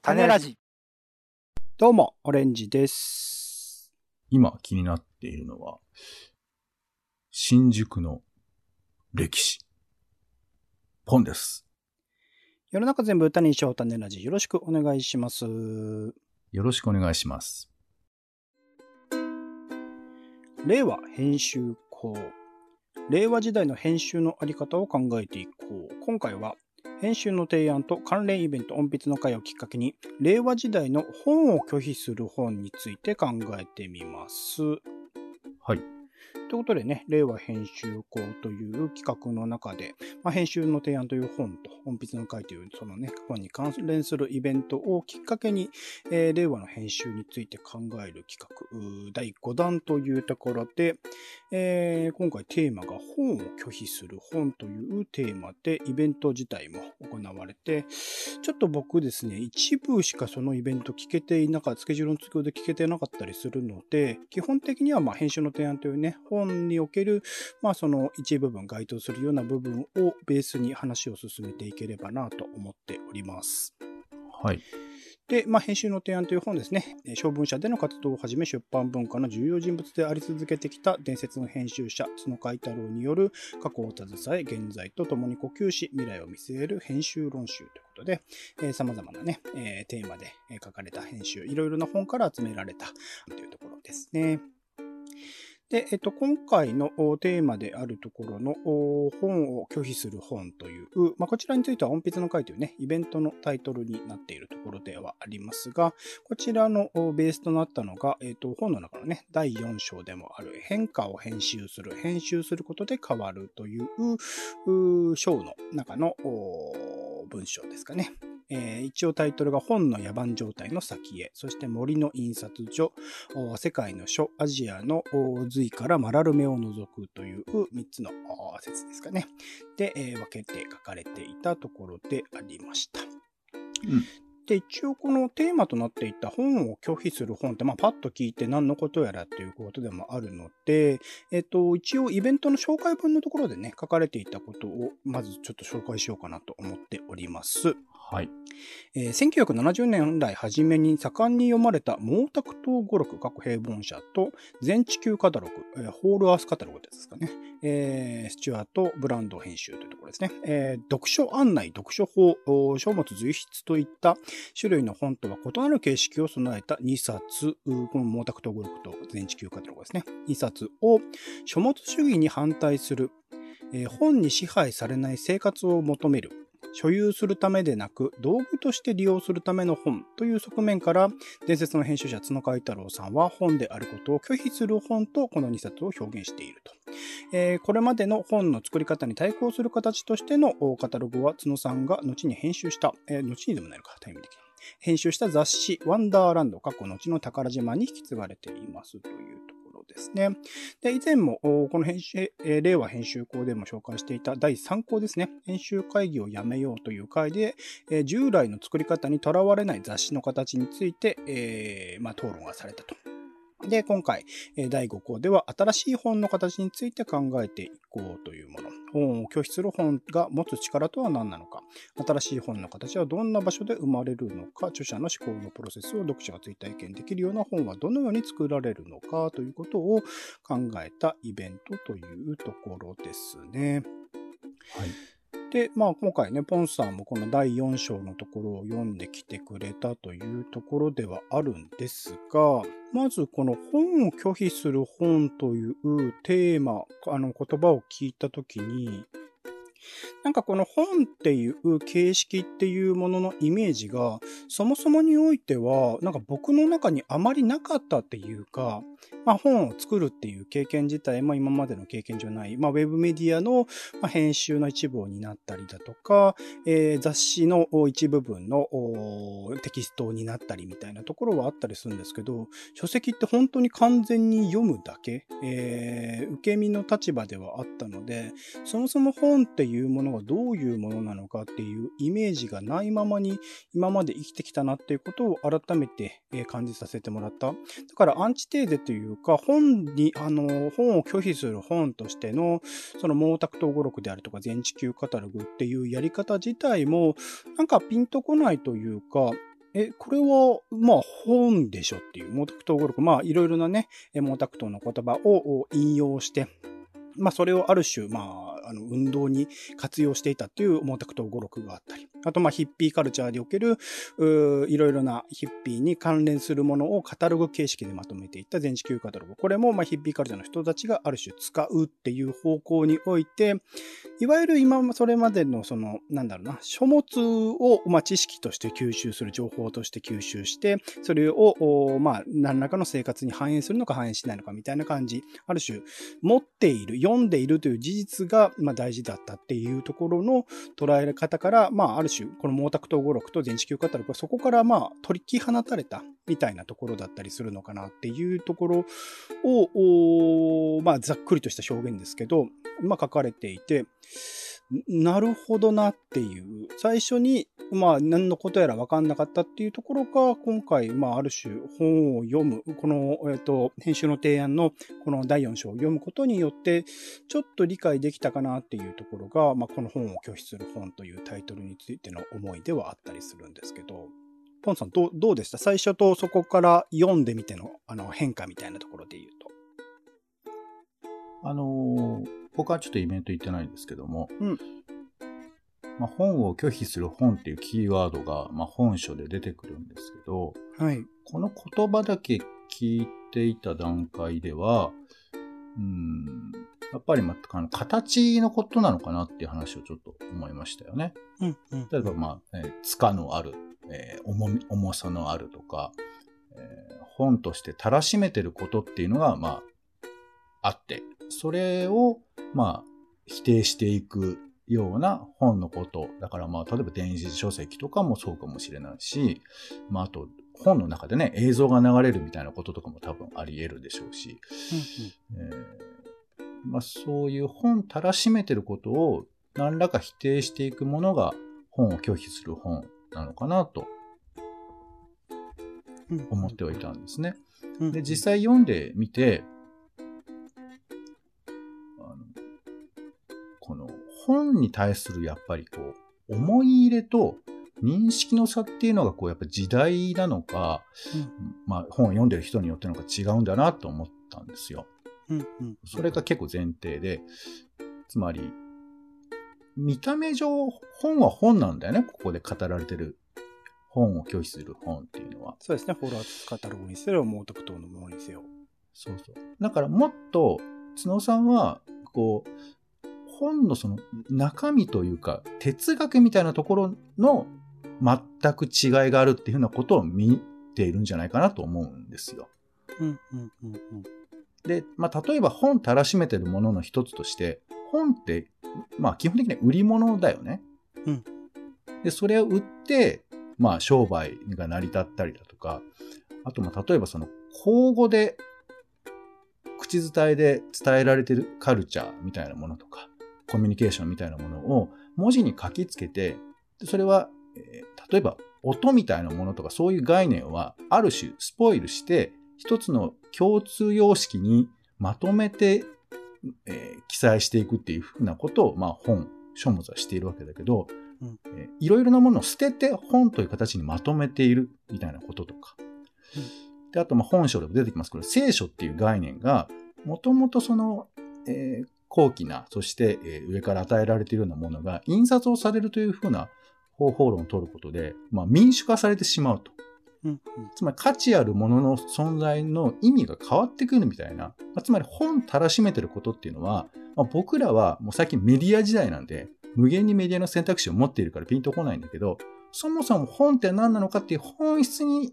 種ラジ。どうも、オレンジです。 今気になっているのは、新宿の歴史。本です。 世の中全部種にしよう、種ラジ。よろしくお願いします。 よろしくお願いします。 令和編集校。令和時代の編集のあり方を考えていこう。今回は、編集の提案と関連イベント音筆の会をきっかけに、令和時代の本を拒否する本について考えてみます。 はい。 ということでね、令和編集校という企画の中で、編集の提案という本と音筆の会というそのね、本に関連するイベントをきっかけに、令和の編集について考える企画、第5弾というところで、今回テーマが本を拒否する本というテーマでイベント自体も行われて、ちょっと僕ですね、一部しかそのイベント聞けていなかった、スケジュールの都合で聞けてなかったりするので、基本的には編集の提案というね、本における、その一部分、該当するような部分をベースに話を進めていければなと思っております。 はい。 で、編集の提案という本ですね。小文社での活動をはじめ出版文化の重要人物であり続けてきた伝説の編集者、角海太郎による過去を携え、現在と共に呼吸し、未来を見据える編集論集ということで、様々なね、テーマで書かれた編集、いろいろな本から集められたというところですね。で、今回のテーマであるところの本を拒否する本という、こちらについては音筆の会というね、イベントのタイトルになっているところではありますが、こちらのベースとなったのが、本の中のね、第4章でもある変化を編集することで変わるという章の中の文章ですかね。一応タイトルが本の野蛮状態の先へ、そして森の印刷所、世界の書、アジアの隋からマラルメを除くという3つの説ですかね。で、分けて書かれていたところでありました。で、一応このテーマとなっていた本を拒否する本って、パッと聞いて何のことやらということでもあるので、一応イベントの紹介文のところでね、書かれていたことをまずちょっと紹介しようかなと思っております。 はい。 1970年代初めに盛んに読まれた毛沢東語録平凡社と全地球カタログ、ホールアースカタログですかね。スチュアート・ブランド編集というところですね。読書案内、読書法、書物随筆といった種類の本とは異なる形式を備えた2冊、この毛沢東語録と全地球カタログですね。2冊を書物主義に反対する、本に支配されない生活を求める、所有するためでなく道具として利用するための本という側面から伝説の編集者角海太郎さんは本であることを拒否する本とこの2冊を表現していると。これまでの本の作り方に対抗する形としてのカタログは角さんが後に編集した、後にでもないのかタイム的に編集した雑誌ワンダーランド後の宝島に引き継がれていますというところですね。で、以前もこの令和編集校でも紹介していた第3項ですね。編集会議をやめようという回で、従来の作り方にとらわれない雑誌の形について、討論がされたと。で、今回、第5項では新しい本の形について考えていこうというもの。本を拒否する本が持つ力とは何なのか。新しい本の形はどんな場所で生まれるのか。著者の思考のプロセスを読者が追体験できるような本はどのように作られるのかということを考えたイベントというところですね。 はい。 で、今回ね、ポンさんもこの第4章のところを読んできてくれたというところではあるんですが、まずこの本を拒否する本というテーマ、言葉を聞いたときに、この本っていう形式っていうもののイメージが、そもそもにおいては、僕の中にあまりなかったっていうか、本を作るっていう経験自体も今までの経験じゃない、ウェブメディアの編集の一部を担ったりだとか、雑誌の一部分のテキストを担ったりみたいなところはあったりするんですけど、書籍って本当に完全に読むだけ、受け身の立場ではあったので、そもそも本っていうものがどういうものなのかっていうイメージがないままに今まで生きてきたなっていうことを改めて感じさせてもらった。だからアンチテーゼというか、本を拒否する本としてのその毛沢東語録であるとか全地球カタログっていうやり方自体もピンとこないというか、 これは、まあ、本でしょっていう、毛沢東語録、まあ、いろいろなね、毛沢東の言葉を引用して、まあ、それをある種、まあ、運動に活用していたっていう毛沢東語録があったり、あと、まあ、ヒッピーカルチャーでおける、いろいろなヒッピーに関連するものをカタログ形式でまとめていった全地球カタログ。これも、まあ、ヒッピーカルチャーの人たちがある種使うっていう方向において、いわゆる今、それまでの、なんだろうな、書物を、まあ、知識として吸収する、情報として吸収して、それを、まあ、何らかの生活に反映するのか反映しないのかみたいな感じ、ある種、持っている、読んでいるという事実が、まあ、大事だったっていうところの捉え方から、まあ、ある種、この毛沢東語録と全地球カタログはそこから、まあ、取り放たれたみたいなところだったりするのかなっていうところを、まあ、ざっくりとした表現ですけど、まあ、書かれていて、なるほどなっていう、最初に、まあ、何のことやら分かんなかったっていうところが、今回、まあ、ある種本を読む、この、編集の提案のこの第4章を読むことによって、ちょっと理解できたかなっていうところが、まあ、この本を拒否する本というタイトルについての思いではあったりするんですけど、ポンさん、どうでした？最初とそこから読んでみての、変化みたいなところで言うと。 僕はちょっとイベント行ってないんですけども、 まあ、本を拒否する本っていうキーワードが、まあ、本書で出てくるんですけど、 はい、 この言葉だけ聞いていた段階では、やっぱり、まあ、形のことなのかなっていう話をちょっと思いましたよね。例えば、まあ、塚のある、重さのあるとか、本としてたらしめてることっていうのが、まあ、あって、それを、まあ、否定していくような本のこと。だからまあ、例えば電子書籍とかもそうかもしれないし、まあ、あと、本の中でね、映像が流れるみたいなこととかも多分あり得るでしょうし、まあ、そういう本たらしめてることを何らか否定していくものが本を拒否する本なのかなと思ってはいたんですね。で、実際読んでみて、この本に対するやっぱりこう思い入れと認識の差っていうのがこうやっぱ時代なのか、まあ本を読んでる人によってのが違うんだなと思ったんですよ。それが結構前提で、つまり見た目上本は本なんだよね。ここで語られてる本を拒否する本っていうのは。 そうですね。ホールアーツカタログにせよ、毛沢東のものにせよ。 そうそう。だからもっと角さんはこう本のその中身というか哲学みたいなところの全く違いがあるっていうふうなことを見ているんじゃないかなと思うんですよ。で、まあ、例えば本たらしめてるものの一つとして本ってまあ基本的には売り物だよね。で、それを売ってまあ商売が成り立ったりだとか、あとまあ例えばその口語で口伝えで伝えられてるカルチャーみたいなものとか、コミュニケーションみたいなものを文字に書きつけて、それは、例えば音みたいなものとかそういう概念はある種スポイルして一つの共通様式にまとめて、記載していくっていうふうなことを、まあ書物はしているわけだけど、いろいろなものを捨てて本という形にまとめているみたいなこととか。で、あとまあ本書でも出てきますけど、聖書っていう概念がもともとその、高貴な、そして、上から与えられているようなものが印刷をされるというふうな方法論を取ることで、まあ、民主化されてしまうと。つまり価値あるものの存在の意味が変わってくるみたいな。つまり本たらしめてることっていうのは、まあ、僕らはもう最近メディア時代なんで、無限にメディアの選択肢を持っているからピンとこないんだけど、そもそも本って何なのかっていう本質に、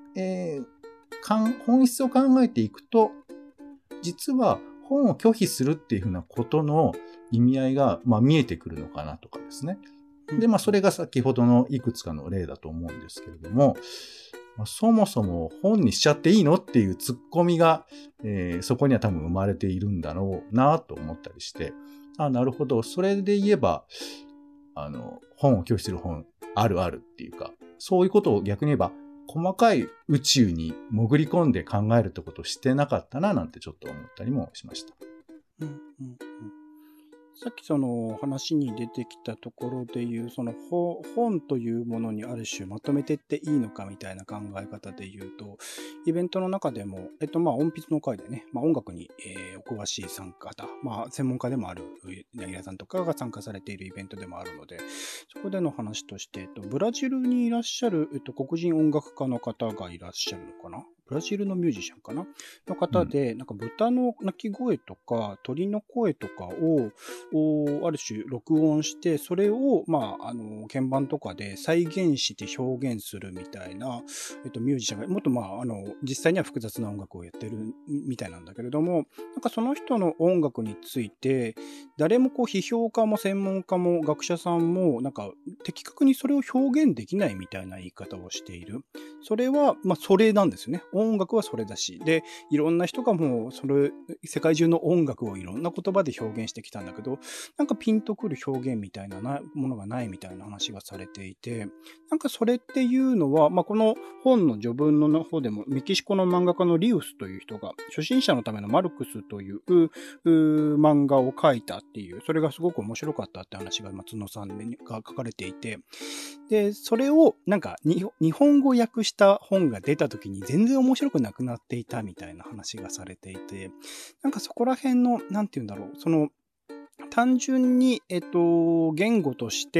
本質を考えていくと、実は本を拒否するっていうふうなことの意味合いが、まあ、見えてくるのかなとかですね。で、まあ、それが先ほどのいくつかの例だと思うんですけれども、まあ、そもそも本にしちゃっていいのっていうツッコミが、そこには多分生まれているんだろうなと思ったりして、なるほど。それで言えば、本を拒否する本あるあるっていうか、そういうことを逆に言えば、細かい宇宙に潜り込んで考えるってことをしてなかったななんてちょっと思ったりもしました。 さっきその話に出てきたところでいう、その本というものにある種まとめてっていいのかみたいな考え方で言うと、イベントの中でも、音筆の会でね、音楽に、お詳しい参加方、専門家でもある柳楽さんとかが参加されているイベントでもあるので、そこでの話として、ブラジルにいらっしゃる、黒人音楽家の方がいらっしゃるのかな？ブラジルのミュージシャンかなの方で、なんか豚の鳴き声とか鳥の声とかを、ある種録音して、それを、鍵盤とかで再現して表現するみたいな、ミュージシャンが、もっと実際には複雑な音楽をやってるみたいなんだけれども、なんかその人の音楽について、誰も批評家も専門家も学者さんも、なんか的確にそれを表現できないみたいな言い方をしている。それは、それなんですよね。音楽はそれだし。で、いろんな人がもう、世界中の音楽をいろんな言葉で表現してきたんだけど、なんかピンとくる表現みたいなものがないみたいな話がされていて、なんかそれっていうのは、この本の序文の方でも、メキシコの漫画家のリウスという人が、初心者のためのマルクスという漫画を書いたっていう、それがすごく面白かったって話が松野さんが書かれていて、で、それをなんか日本語訳した本が出た時に全然面白くなくなっていたみたいな話がされていて、なんかそこら辺の、なんて言うんだろう、単純に、言語として、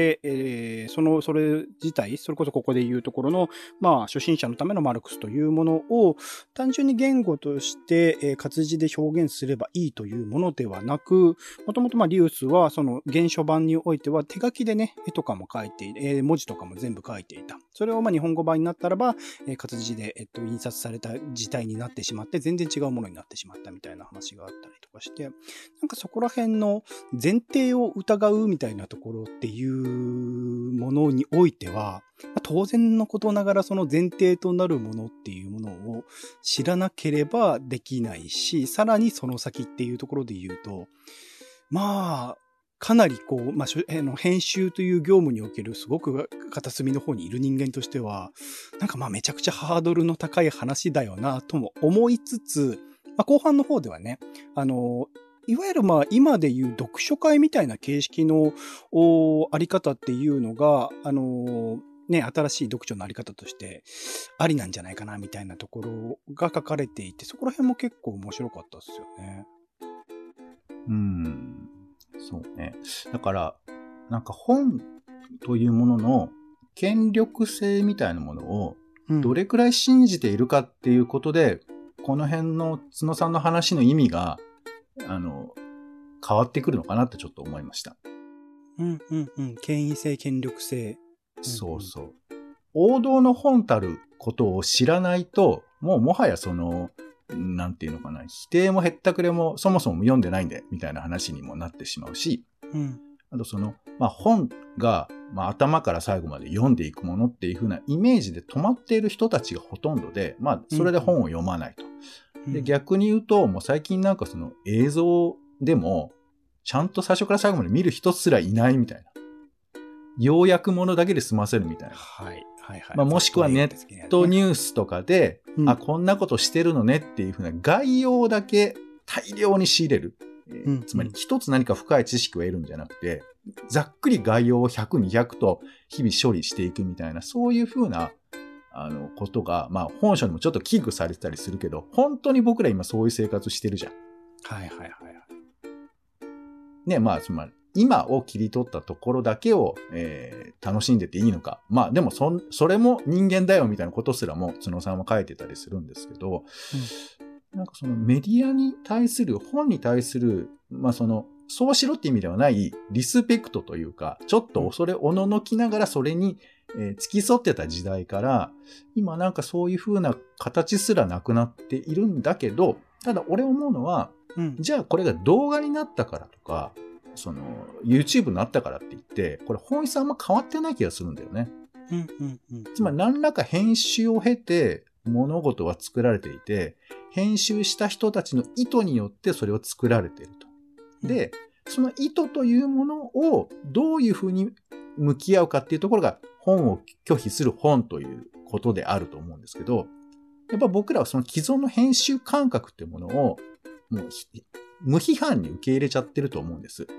それ自体、それこそここで言うところの、初心者のためのマルクスというものを、単純に言語として、活字で表現すればいいというものではなく、もともとリウスは、その原書版においては手書きでね、絵とかも書いて、文字とかも全部書いていた。それを日本語版になったらば、活字で、印刷された字体になってしまって、全然違うものになってしまったみたいな話があったりとかして、なんかそこら辺の前提を疑うみたいなところっていうものにおいては、当然のことながらその前提となるものっていうものを知らなければできないし、さらにその先っていうところで言うと、かなり編集という業務におけるすごく片隅の方にいる人間としては、なんかめちゃくちゃハードルの高い話だよなとも思いつつ、後半の方ではね、いわゆる今でいう読書会みたいな形式のあり方っていうのが、新しい読書のあり方としてありなんじゃないかなみたいなところが書かれていて、そこら辺も結構面白かったですよね。 そうね。だから、なんか本というものの権力性みたいなものをどれくらい信じているかっていうことで、この辺の角さんの話の意味が変わってくるのかなってちょっと思いました。 権威性、権力性。 そうそう。王道の本たることを知らないと、もはやなんていうのかな、否定もへったくれもそもそも読んでないんで、みたいな話にもなってしまうし、あと本が、頭から最後まで読んでいくものっていう風なイメージで止まっている人たちがほとんどで、それで本を読まないと。で、逆に言うと、もう最近なんか映像でも、ちゃんと最初から最後まで見る人すらいないみたいな。要約ものだけで済ませるみたいな。もしくはネットニュースとかで、こんなことしてるのねっていうふうな概要だけ大量に仕入れる。つまり一つ何か深い知識を得るんじゃなくて、ざっくり概要を100、200と日々処理していくみたいな、そういうふうなことが、本書にもちょっと危惧されてたりするけど、本当に僕ら今そういう生活してるじゃん。ね、つまり、今を切り取ったところだけを、楽しんでていいのか。でもそれも人間だよみたいなことすらも角さんは書いてたりするんですけど、なんかメディアに対する、本に対する、そうしろって意味ではないリスペクトというか、ちょっと恐れおののきながらそれに、付き添ってた時代から、今なんかそういう風な形すらなくなっているんだけど、ただ俺思うのは、じゃあこれが動画になったからとか、YouTube になったからって言って、これ本質あんま変わってない気がするんだよね。つまり何らか編集を経て物事は作られていて、編集した人たちの意図によってそれを作られていると。で、その意図というものをどういうふうに向き合うかっていうところが本を拒否する本ということであると思うんですけど、やっぱ僕らはその既存の編集感覚っていうものをもう無批判に受け入れちゃってると思うんです。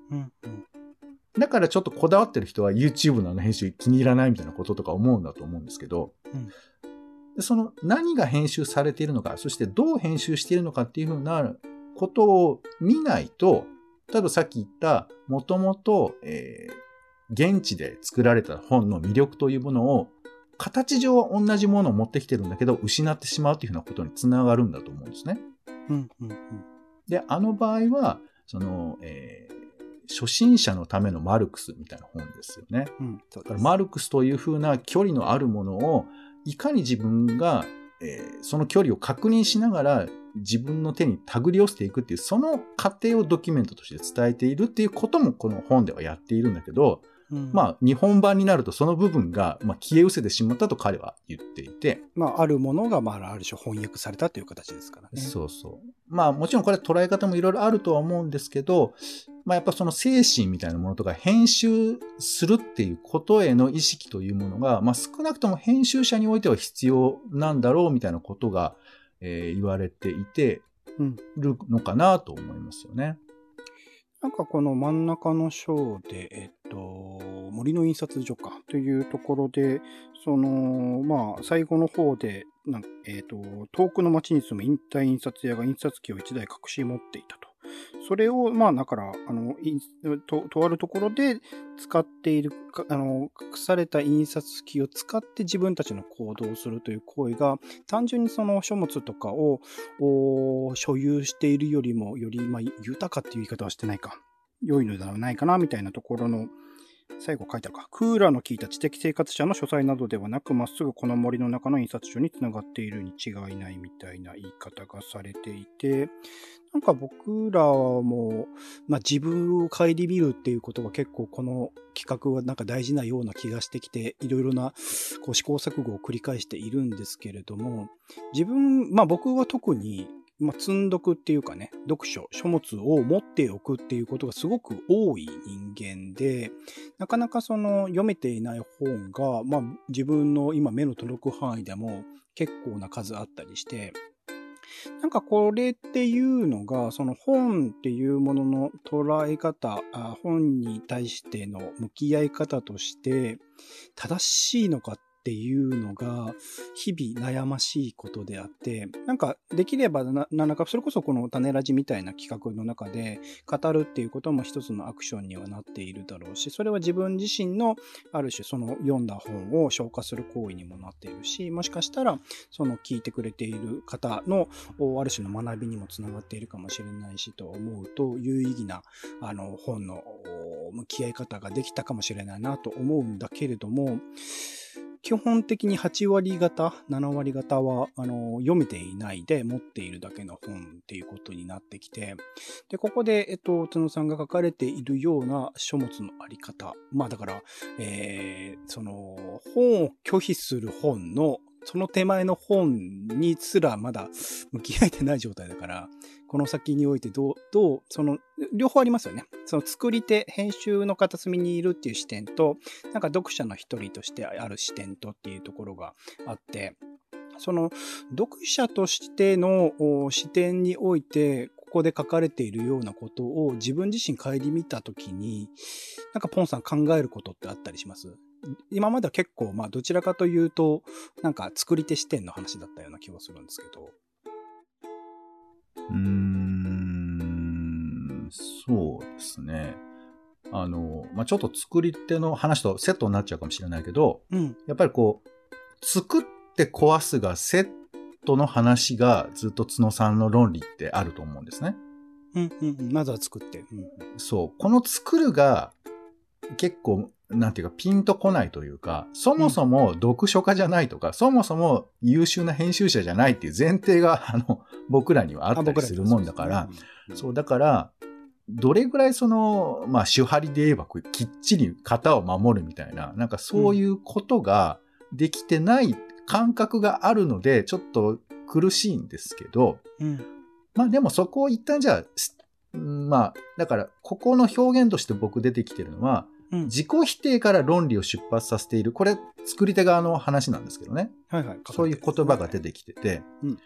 うんだからちょっとこだわってる人は YouTube の編集気に入らないみたいなこととか思うんだと思うんですけど、でその何が編集されているのか、そしてどう編集しているのかっていうふうなことを見ないと、例えばさっき言ったもともと現地で作られた本の魅力というものを形上は同じものを持ってきてるんだけど失ってしまうというふうなことにつながるんだと思うんですね。で、あの場合はその、初心者のためのマルクスみたいな本ですよね。だからマルクスというふうな距離のあるものをいかに自分が、その距離を確認しながら自分の手に手繰り寄せていくっていうその過程をドキュメントとして伝えているっていうこともこの本ではやっているんだけど、まあ日本版になるとその部分が消え失せてしまったと彼は言っていて、 あるものがある種翻訳されたという形ですからね。 そうそう。もちろんこれ捉え方もいろいろあるとは思うんですけど、やっぱその精神みたいなものとか編集するっていうことへの意識というものが、少なくとも編集者においては必要なんだろうみたいなことが、言われていてるのかなと思いますよね。 なんかこの真ん中の章で、森の印刷所かというところで、最後の方で、遠くの町に住む引退印刷屋が印刷機を1台隠し持っていたと。それを、だから、とあるところで使っている、隠された印刷機を使って自分たちの行動をするという行為が、単純にその書物とかを所有しているよりも、より、豊かっていう言い方はしてないか。良いのではないかな、みたいなところの、最後書いてあるか。クーラーの効いた知的生活者の書斎などではなく、まっすぐこの森の中の印刷所につながっているに違いないみたいな言い方がされていて、なんか僕らも、自分を顧みるっていうことが結構この企画はなんか大事なような気がしてきて、いろいろな試行錯誤を繰り返しているんですけれども、僕は特に積読っていうかね、書物を持っておくっていうことがすごく多い人間で、なかなか読めていない本が、自分の今目の届く範囲でも結構な数あったりして、なんかこれっていうのが、その本っていうものの捉え方、本に対しての向き合い方として正しいのかっていうのが日々悩ましいことであって、なんかできればなんかそれこそこの種ラジみたいな企画の中で語るっていうことも一つのアクションにはなっているだろうし、それは自分自身のある種その読んだ本を消化する行為にもなっているし、もしかしたらその聞いてくれている方のある種の学びにもつながっているかもしれないしと思うと、有意義な本の向き合い方ができたかもしれないなと思うんだけれども、基本的に8割方、7割方は読めていないで持っているだけの本っていうことになってきて、で、ここで、角さんが書かれているような書物のあり方。だから、その本を拒否する本のその手前の本にすらまだ向き合えてない状態だから、この先においてどう、両方ありますよね。その作り手、編集の片隅にいるっていう視点と、なんか読者の一人としてある視点とっていうところがあって、その読者としての視点において、ここで書かれているようなことを自分自身顧みたときに、なんかポンさん考えることってあったりします？今までは結構、どちらかというと、なんか作り手視点の話だったような気がするんですけど。 そうですね。ちょっと作り手の話とセットになっちゃうかもしれないけど、やっぱり作って壊すがセットの話がずっと角さんの論理ってあると思うんですね。 まずは作って。 そう。この作るが結構、なんていうかピンとこないというか、そもそも読書家じゃないとか、そもそも優秀な編集者じゃないっていう前提が、僕らにはあったりするもんだから、そう、だから、どれぐらい手張りで言えばきっちり型を守るみたいな、なんかそういうことができてない感覚があるので、ちょっと苦しいんですけど、でもそこを一旦じゃあ、だから、ここの表現として僕出てきてるのは、自己否定から論理を出発させている。これ、作り手側の話なんですけどね。そういう言葉が出てきてて、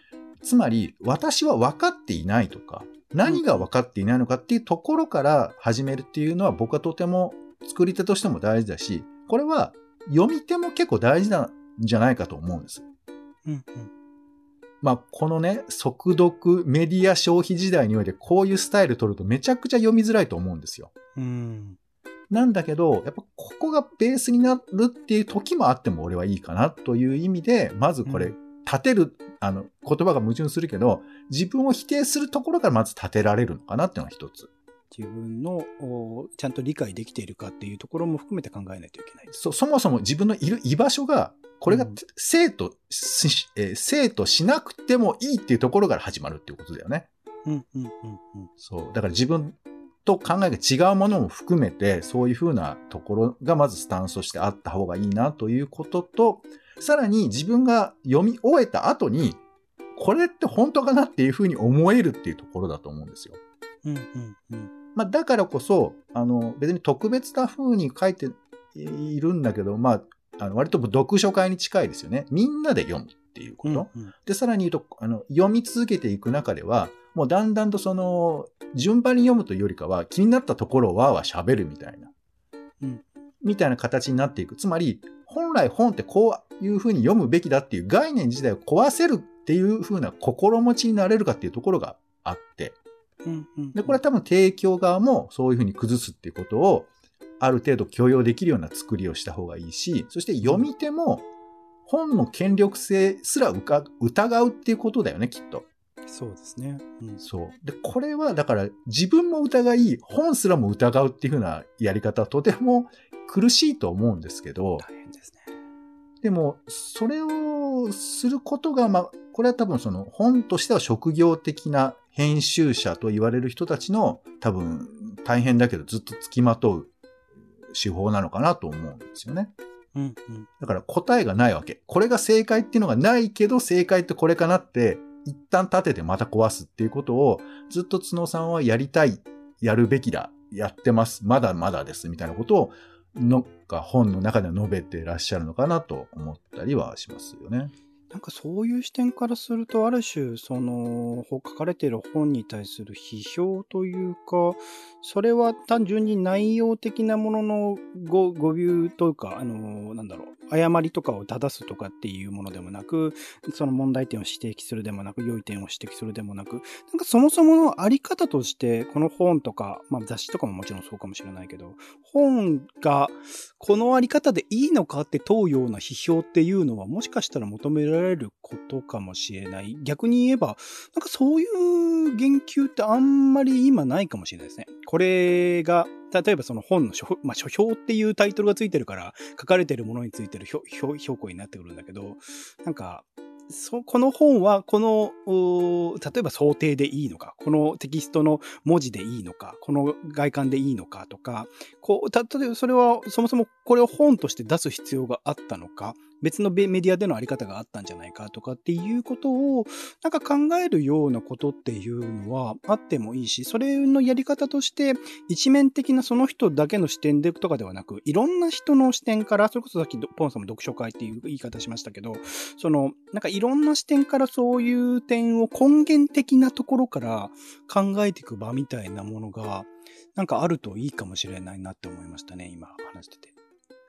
つまり、私は分かっていないとか、何が分かっていないのかっていうところから始めるっていうのは僕はとても作り手としても大事だし、これは読み手も結構大事なんじゃないかと思うんです。 うんうん、 まあ、このね、速読メディア消費時代においてこういうスタイル取るとめちゃくちゃ読みづらいと思うんですよ。なんだけど、やっぱここがベースになるっていう時もあっても俺はいいかなという意味で、まずこれ、立てる、言葉が矛盾するけど、自分を否定するところからまず立てられるのかなっていうのが一つ。 自分のちゃんと理解できているかっていうところも含めて考えないといけない。 そもそも自分のいる居場所が、これが生としなくてもいいっていうところから始まるっていうことだよね。そう。だから自分と考えが違うものも含めて、そういうふうなところがまずスタンスとしてあった方がいいなということと、さらに自分が読み終えた後に、これって本当かなっていうふうに思えるっていうところだと思うんですよ。まあ、だからこそ、別に特別な風に書いているんだけど、まあ、割と読書会に近いですよね。みんなで読むっていうこと。で、さらに言うと、読み続けていく中では、もうだんだんと順番に読むというよりかは、気になったところをわーわー喋るみたいな。みたいな形になっていく。つまり、本来本ってこういう風に読むべきだっていう概念自体を壊せるっていう風な心持ちになれるかっていうところがあって。で、これは多分提供側もそういう風に崩すっていうことをある程度許容できるような作りをした方がいいし、そして読み手も本の権力性すら疑うっていうことだよね、きっと。 そうですね。 そう。で、これはだから自分も疑い、本すらも疑うっていう風なやり方はとても苦しいと思うんですけど、 大変ですね。でも、それをすることが、まあ、これは多分本としては職業的な編集者と言われる人たちの多分大変だけどずっと付きまとう手法なのかなと思うんですよね。だから答えがないわけ。これが正解っていうのがないけど正解ってこれかなって一旦立ててまた壊すっていうことをずっと角さんはやりたい、やるべきだ、やってます、まだまだですみたいなことを本の中で述べていらっしゃるのかなと思ったりはしますよね。 なんかそういう視点からすると、ある種、書かれている本に対する批評というか、それは単純に内容的なものの語尾というか、誤りとかを正すとかっていうものでもなく、その問題点を指摘するでもなく、良い点を指摘するでもなく、なんかそもそものあり方として、この本とか、まあ雑誌とかももちろんそうかもしれないけど、本がこのあり方でいいのかって問うような批評っていうのは、もしかしたら求められることかもしれない。逆に言えば、なんかそういう言及ってあんまり今ないかもしれないですね。これが、例えばその本の書評っていうタイトルがついてるから、書かれてるものについてる評価になってくるんだけど、なんか、この本は、例えば想定でいいのか、このテキストの文字でいいのか、この外観でいいのかとか、例えばそれはそもそもこれを本として出す必要があったのか、別のメディアでのあり方があったんじゃないかとかっていうことを、なんか考えるようなことっていうのはあってもいいし、それのやり方として一面的なその人だけの視点でとかではなく、いろんな人の視点から、それこそさっきポンさんも読書会っていう言い方しましたけど、なんかいろんな視点からそういう点を根源的なところから考えていく場みたいなものが、なんかあるといいかもしれないなって思いましたね、今話してて。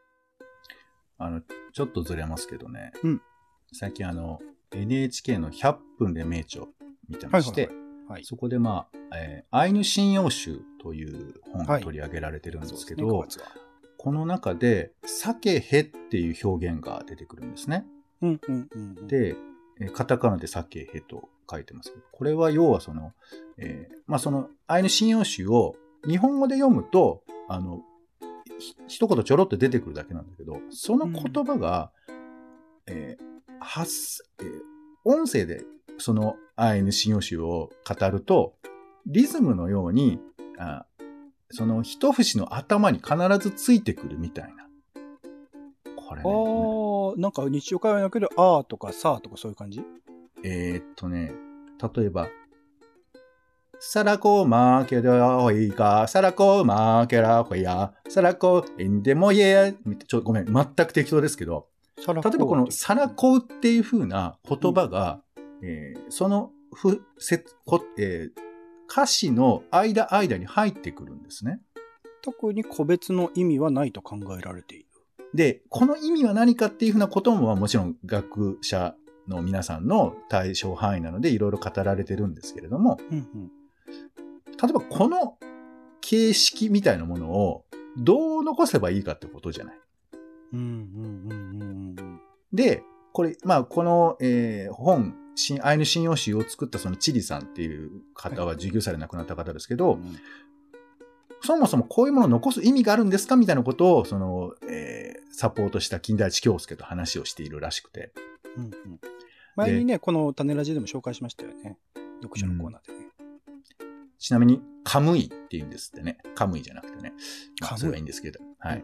ちょっとずれますけどね。最近NHK の100分で名著見てまして、そこでまあ、アイヌ神謡集という本が取り上げられてるんですけど、この中で、サケヘっていう表現が出てくるんですね。で、カタカナでサケヘと書いてますけど、これは要はまあアイヌ神謡集を日本語で読むと、一言ちょろっと出てくるだけなんだけど、その言葉が、音声でそのアイヌ神謡集を語ると、リズムのように、その一節の頭に必ずついてくるみたいな。これね。 なんか日常会話だけど、あーとかさーとかそういう感じ？ 例えば、サラコマーケラホイカ、サラコマーケラホイヤ、サラコエンデモイエごめん、全く適当ですけど、例えばこのサラコウっていう風な言葉が、 その歌詞の間に入ってくるんですね。 特に個別の意味はないと考えられている。 で、この意味は何かっていうふうなことも、もちろん学者の皆さんの対象範囲なのでいろいろ語られてるんですけれども、例えばこの形式みたいなものをどう残せばいいかってことじゃない。で、これ、この、本、アイヌ神謡集を作ったそのチリさんっていう方は19歳で亡くなった方ですけど、そもそもこういうものを残す意味があるんですかみたいなことを、サポートした金田一京介と話をしているらしくて。 前にね、この種ラジでも紹介しましたよね。読書のコーナーでね。 ちなみに、カムイって言うんですってね。カムイじゃなくてね。それはいいんですけど。はい。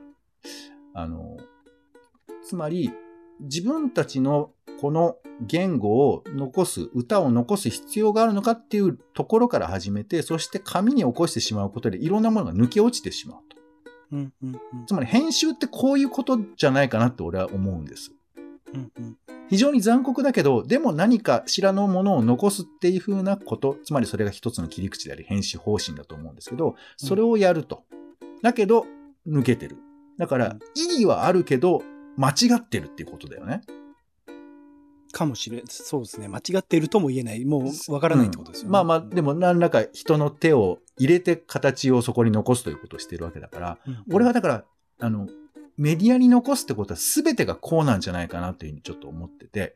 つまり、自分たちのこの言語を残す、歌を残す必要があるのかっていうところから始めて、そして紙に起こしてしまうことでいろんなものが抜け落ちてしまうと。つまり編集ってこういうことじゃないかなって俺は思うんです。非常に残酷だけど、でも何かしらのものを残すっていうふうなこと、つまりそれが一つの切り口であり編集方針だと思うんですけど、それをやると。だけど、抜けてる。だから、意義はあるけど、間違ってるっていうことだよね。 かもしれん。そうですね。間違っているとも言えない。もうわからないってことですよね。 でも何らか人の手を入れて形をそこに残すということをしているわけだから、俺はだから、メディアに残すってことは全てがこうなんじゃないかなというふうにちょっと思ってて、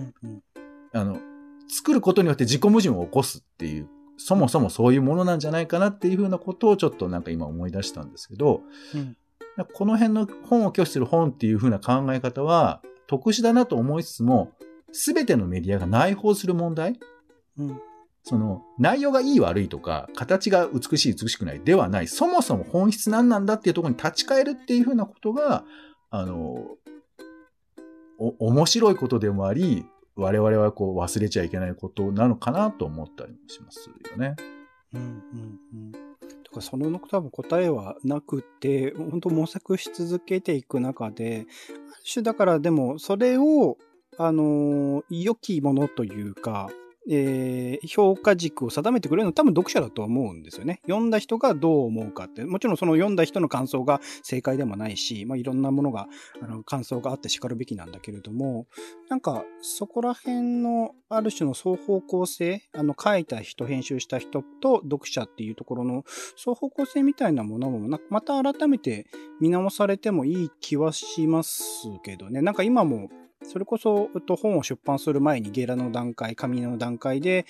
作ることによって自己矛盾を起こすっていう、そもそもそういうものなんじゃないかなっていうふうなことをちょっとなんか今思い出したんですけど、この辺の本を拒否する本っていうふうな考え方は特殊だなと思いつつも、すべてのメディアが内包する問題、その内容がいい悪いとか、形が美しい美しくないではない、そもそも本質何なんだっていうところに立ち返るっていうふうなことが、面白いことでもあり、我々はこう忘れちゃいけないことなのかなと思ったりもしますよね。 だからその多分答えはなくて、本当模索し続けていく中で、ある種だからでもそれを、良きものというか、評価軸を定めてくれるのは多分読者だと思うんですよね。読んだ人がどう思うかって。もちろんその読んだ人の感想が正解でもないし、いろんなものが、感想があって叱るべきなんだけれども、なんかそこら辺のある種の双方向性、書いた人、編集した人と読者っていうところの双方向性みたいなものもまた改めて見直されてもいい気はしますけどね。なんか今もそれこそ、本を出版する前にゲラの段階、紙の段階で、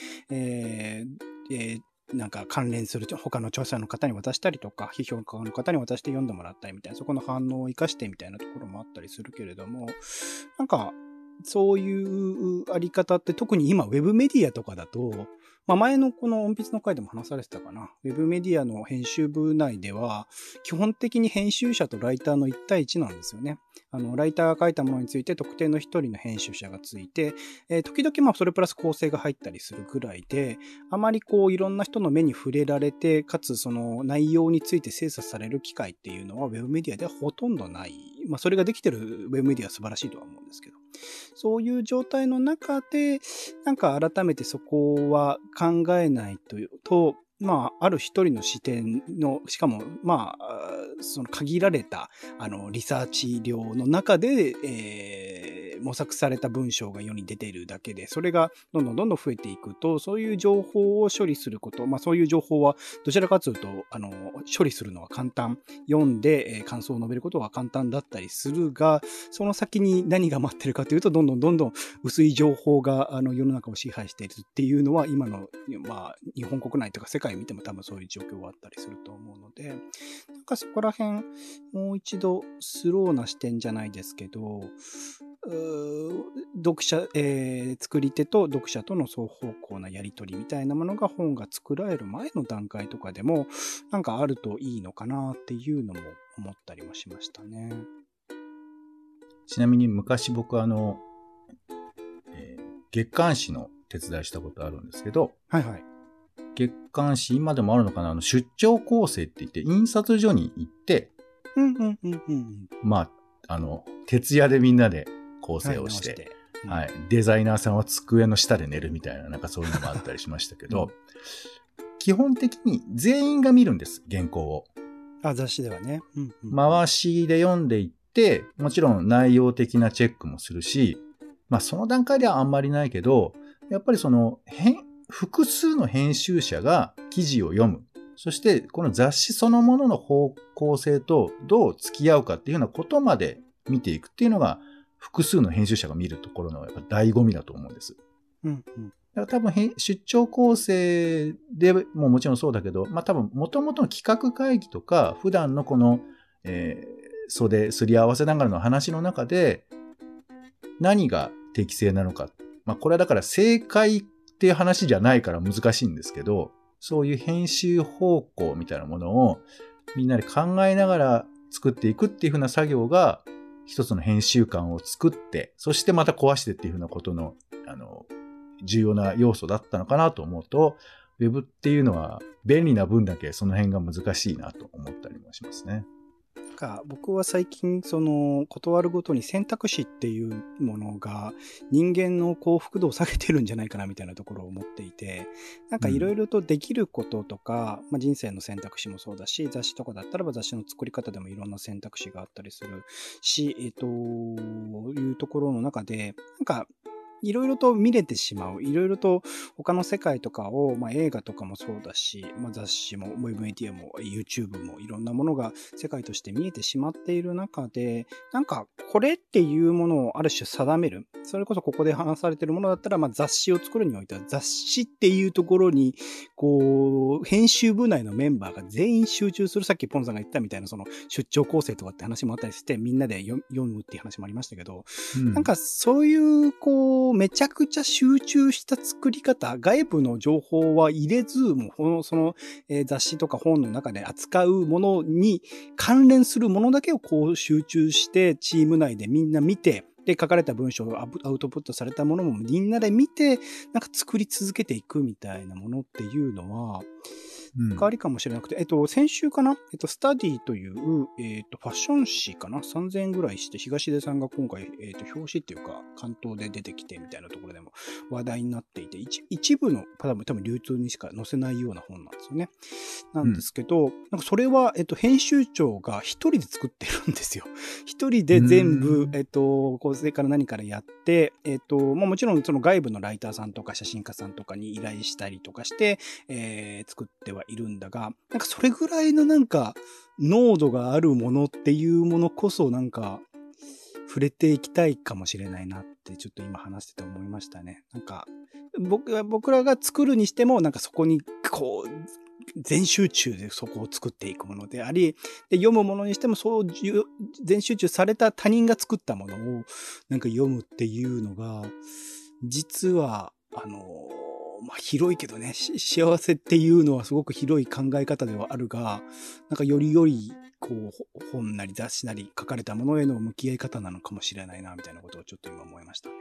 なんか関連する他の著者の方に渡したりとか、批評家の方に渡して読んでもらったりみたいな、そこの反応を生かしてみたいなところもあったりするけれども、なんか、そういうあり方って特に今ウェブメディアとかだと、前のこの音筆の回でも話されてたかな。ウェブメディアの編集部内では、基本的に編集者とライターの1対1なんですよね。ライターが書いたものについて特定の一人の編集者がついて、時々それプラス構成が入ったりするぐらいで、あまりいろんな人の目に触れられて、かつその内容について精査される機会っていうのはウェブメディアではほとんどない。それができてるウェブメディアは素晴らしいとは思うんですけど。そういう状態の中で、なんか改めてそこは考えないと、ある一人の視点の、しかも、その限られた、リサーチ量の中で、模索された文章が世に出ているだけで、それがどんどん増えていくと、そういう情報を処理すること、そういう情報はどちらかというと、処理するのは簡単、読んで、感想を述べることは簡単だったりするが、その先に何が待ってるかというと、どんどん薄い情報が世の中を支配しているっていうのは、今の、日本国内とか世界見ても多分そういう状況があったりすると思うので、なんかそこら辺、もう一度スローな視点じゃないですけど、作り手と読者との双方向なやり取りみたいなものが本が作られる前の段階とかでもなんかあるといいのかなっていうのも思ったりもしましたね。 ちなみに昔僕月刊誌の手伝いしたことあるんですけど、月刊誌今でもあるのかな、出張構成って言って印刷所に行って、徹夜でみんなで構成をして、 はい。デザイナーさんは机の下で寝るみたいな、なんかそういうのもあったりしましたけど、基本的に全員が見るんです、原稿を。 雑誌ではね。 回しで読んでいって、もちろん内容的なチェックもするし、まあその段階ではあんまりないけど、やっぱり複数の編集者が記事を読む。そしてこの雑誌そのものの方向性とどう付き合うかっていうようなことまで見ていくっていうのが、複数の編集者が見るところのやっぱ醍醐味だと思うんです。だから多分出張構成でもちろんそうだけど、まあ多分元々の企画会議とか、普段のこの、袖すり合わせながらの話の中で、何が適正なのか。まあこれはだから正解っていう話じゃないから難しいんですけど、そういう編集方向みたいなものをみんなで考えながら作っていくっていう風な作業が、一つの編集感を作って、そしてまた壊してっていう風なことの、重要な要素だったのかなと思うと、ウェブっていうのは便利な分だけその辺が難しいなと思ったりもしますね。 僕は最近断るごとに選択肢っていうものが人間の幸福度を下げてるんじゃないかなみたいなところを思っていて、なんかいろいろとできることとか、人生の選択肢もそうだし、雑誌とかだったらば雑誌の作り方でもいろんな選択肢があったりするし、いうところの中で、なんかいろいろと見れてしまう。いろいろと他の世界とかを、映画とかもそうだし、雑誌も、ウェブメディアも、YouTube もいろんなものが世界として見えてしまっている中で、なんかこれっていうものをある種定める。それこそここで話されているものだったら、雑誌を作るにおいては雑誌っていうところに、編集部内のメンバーが全員集中する。さっきポンさんが言ったみたいな、出張構成とかって話もあったりして、みんなで読むっていう話もありましたけど、なんかそういう、めちゃくちゃ集中した作り方、外部の情報は入れず、もう雑誌とか本の中で扱うものに関連するものだけを集中してチーム内でみんな見て、で書かれた文章をアウトプットされたものもみんなで見て、なんか作り続けていくみたいなものっていうのは、変わりかもしれなくて、先週かなスタディという、ファッション誌かな ?3000 円ぐらいして、東出さんが今回、表紙っていうか、関東で出てきてみたいなところでも話題になっていて、一部の、多分流通にしか載せないような本なんですよね。なんですけど、なんかそれは、編集長が一人で作ってるんですよ。一人で全部、構成から何からやって、もちろんその外部のライターさんとか写真家さんとかに依頼したりとかして、作ってはいるんだが、なんかそれぐらいのなんか濃度があるものっていうものこそなんか触れていきたいかもしれないなってちょっと今話してて思いましたね。なんか僕らが作るにしてもなんかそこに全集中でそこを作っていくものであり、で読むものにしてもそう全集中された他人が作ったものをなんか読むっていうのが実は広いけどね、幸せっていうのはすごく広い考え方ではあるが、なんかより良い、本なり雑誌なり書かれたものへの向き合い方なのかもしれないな、みたいなことをちょっと今思いましたね。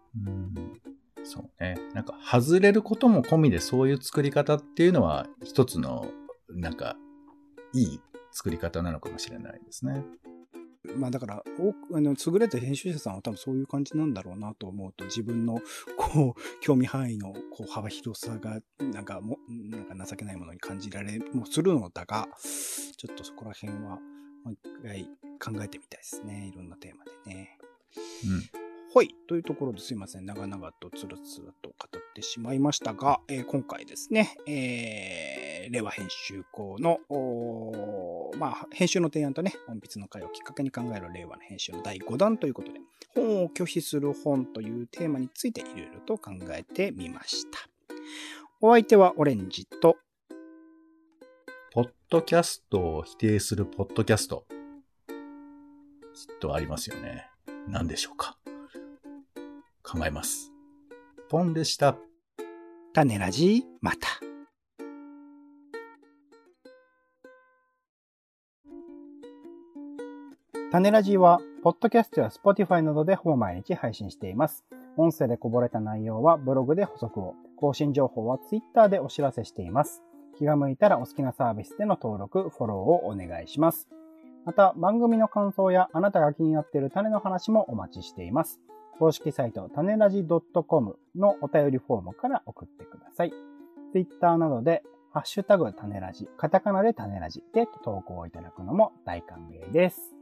そうね。なんか外れることも込みでそういう作り方っていうのは一つの、なんか、いい作り方なのかもしれないですね。 だから、優れた編集者さんは多分そういう感じなんだろうなと思うと、自分の、興味範囲の、幅広さが、なんか情けないものに感じられもするのだが、ちょっとそこら辺は、もう一回考えてみたいですね。いろんなテーマでね。はい。というところですいません。長々とつらつらと語ってしまいましたが、今回ですね、令和編集校の、編集の提案とね、本筆の会をきっかけに考える令和の編集の第5弾ということで、本を拒否する本というテーマについていろいろと考えてみました。お相手はオレンジと、 ポッドキャストを否定するポッドキャスト、きっとありますよね。何でしょうか。考えます。ポンでした。 種ラジまた。種ラジは、ポッドキャストや Spotify などでほぼ毎日配信しています。音声でこぼれた内容はブログで補足を、更新情報は Twitter でお知らせしています。気が向いたらお好きなサービスでの登録、フォローをお願いします。また、番組の感想やあなたが気になっている種の話もお待ちしています。 公式サイト、種ラジ .com のお便りフォームから送ってください。Twitter などで、ハッシュタグ種ラジ、カタカナで種ラジで投稿いただくのも大歓迎です。